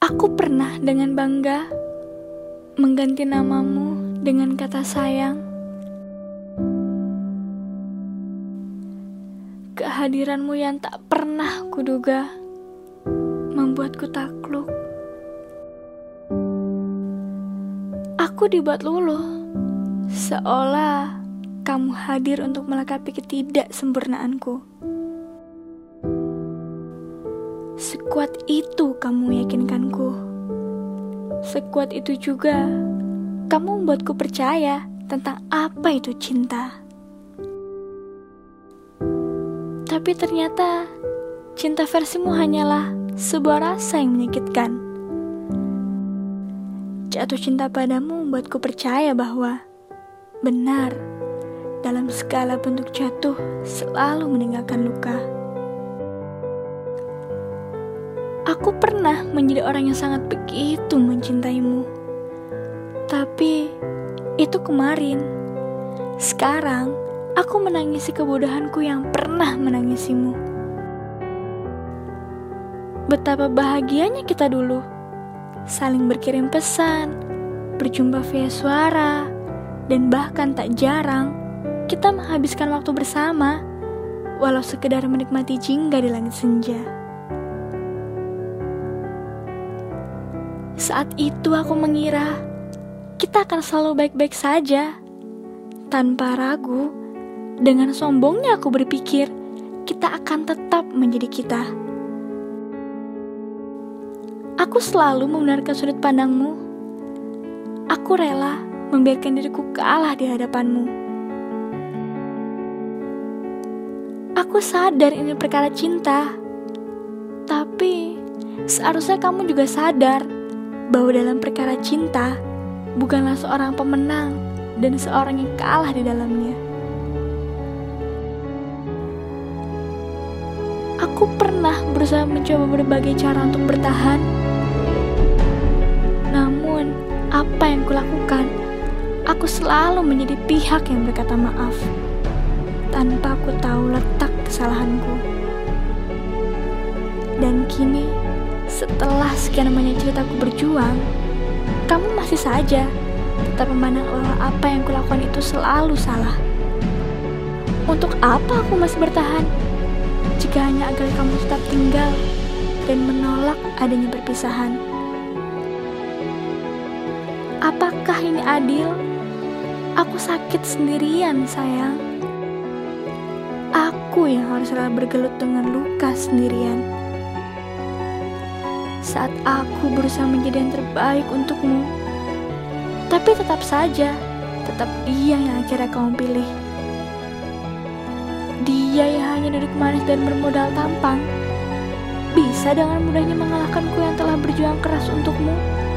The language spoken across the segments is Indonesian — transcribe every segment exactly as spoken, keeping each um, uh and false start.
Aku pernah dengan bangga mengganti namamu dengan kata sayang. Kehadiranmu yang tak pernah kuduga membuatku takluk. Aku dibuat luluh, seolah kamu hadir untuk melengkapi ketidaksempurnaanku. Sekuat itu kamu meyakinkanku. Sekuat itu juga kamu membuatku percaya tentang apa itu cinta. Tapi ternyata cinta versimu hanyalah sebuah rasa yang menyakitkan. Jatuh cinta padamu membuatku percaya bahwa benar, dalam segala bentuk jatuh selalu meninggalkan luka. Aku pernah menjadi orang yang sangat begitu mencintaimu. Tapi itu kemarin. Sekarang aku menangisi kebodohanku yang pernah menangisimu. Betapa bahagianya kita dulu, saling berkirim pesan, berjumpa via suara, dan bahkan tak jarang kita menghabiskan waktu bersama, walau sekedar menikmati jingga di langit senja. Saat itu aku mengira kita akan selalu baik-baik saja. Tanpa ragu, dengan sombongnya aku berpikir kita akan tetap menjadi kita. Aku selalu membenarkan sudut pandangmu. Aku rela membiarkan diriku kalah di hadapanmu. Aku sadar ini perkara cinta, tapi seharusnya kamu juga sadar bahwa dalam perkara cinta bukanlah seorang pemenang dan seorang yang kalah di dalamnya. Aku pernah berusaha mencoba berbagai cara untuk bertahan. Namun, apa yang kulakukan? Aku selalu menjadi pihak yang berkata maaf tanpa aku tahu letak kesalahanku. Dan kini, setelah sekian banyak ceritaku berjuang, kamu masih saja tetap memandang bahwa apa yang kulakukan itu selalu salah. Untuk apa aku masih bertahan jika hanya agar kamu tetap tinggal dan menolak adanya perpisahan? Apakah ini adil? Aku sakit sendirian, sayang. Aku yang harus rela bergelut dengan luka sendirian. Saat aku berusaha menjadi yang terbaik untukmu, tapi tetap saja, tetap dia yang akhirnya kamu pilih. Dia yang hanya duduk manis dan bermodal tampang, bisa dengan mudahnya mengalahkanku yang telah berjuang keras untukmu.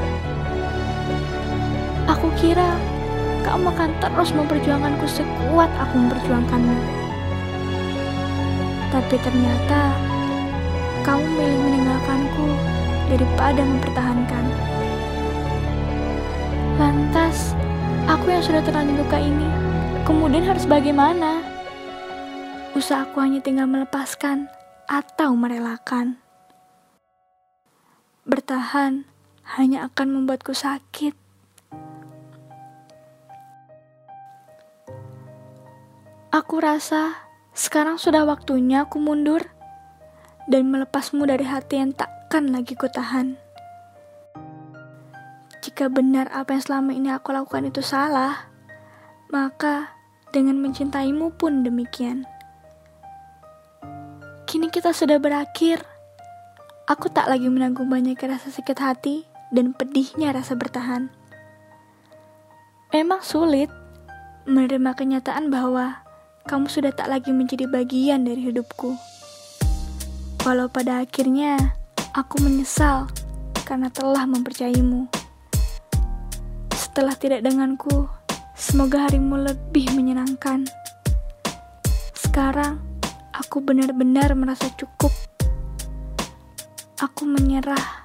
Aku kira kamu akan terus memperjuangkanku sekuat aku memperjuangkanmu. Tapi ternyata kamu milih meninggalkanku daripada mempertahankan. Lantas, aku yang sudah terlanjur luka ini, kemudian harus bagaimana? Usahaku hanya tinggal melepaskan atau merelakan. Bertahan hanya akan membuatku sakit. Aku rasa sekarang sudah waktunya aku mundur dan melepasmu dari hati yang takkan lagi kutahan. Jika benar apa yang selama ini aku lakukan itu salah, maka dengan mencintaimu pun demikian. Kini kita sudah berakhir. Aku tak lagi menanggung banyak rasa sakit hati dan pedihnya rasa bertahan. Memang sulit menerima kenyataan bahwa kamu sudah tak lagi menjadi bagian dari hidupku. Walau pada akhirnya aku menyesal karena telah mempercayaimu. Setelah tidak denganku, semoga harimu lebih menyenangkan. Sekarang aku benar-benar merasa cukup. Aku menyerah.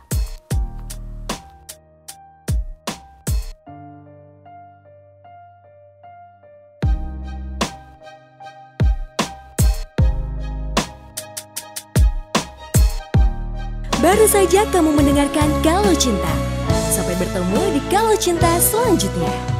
Baru saja kamu mendengarkan Kalau Cinta. Sampai bertemu di Kalau Cinta selanjutnya.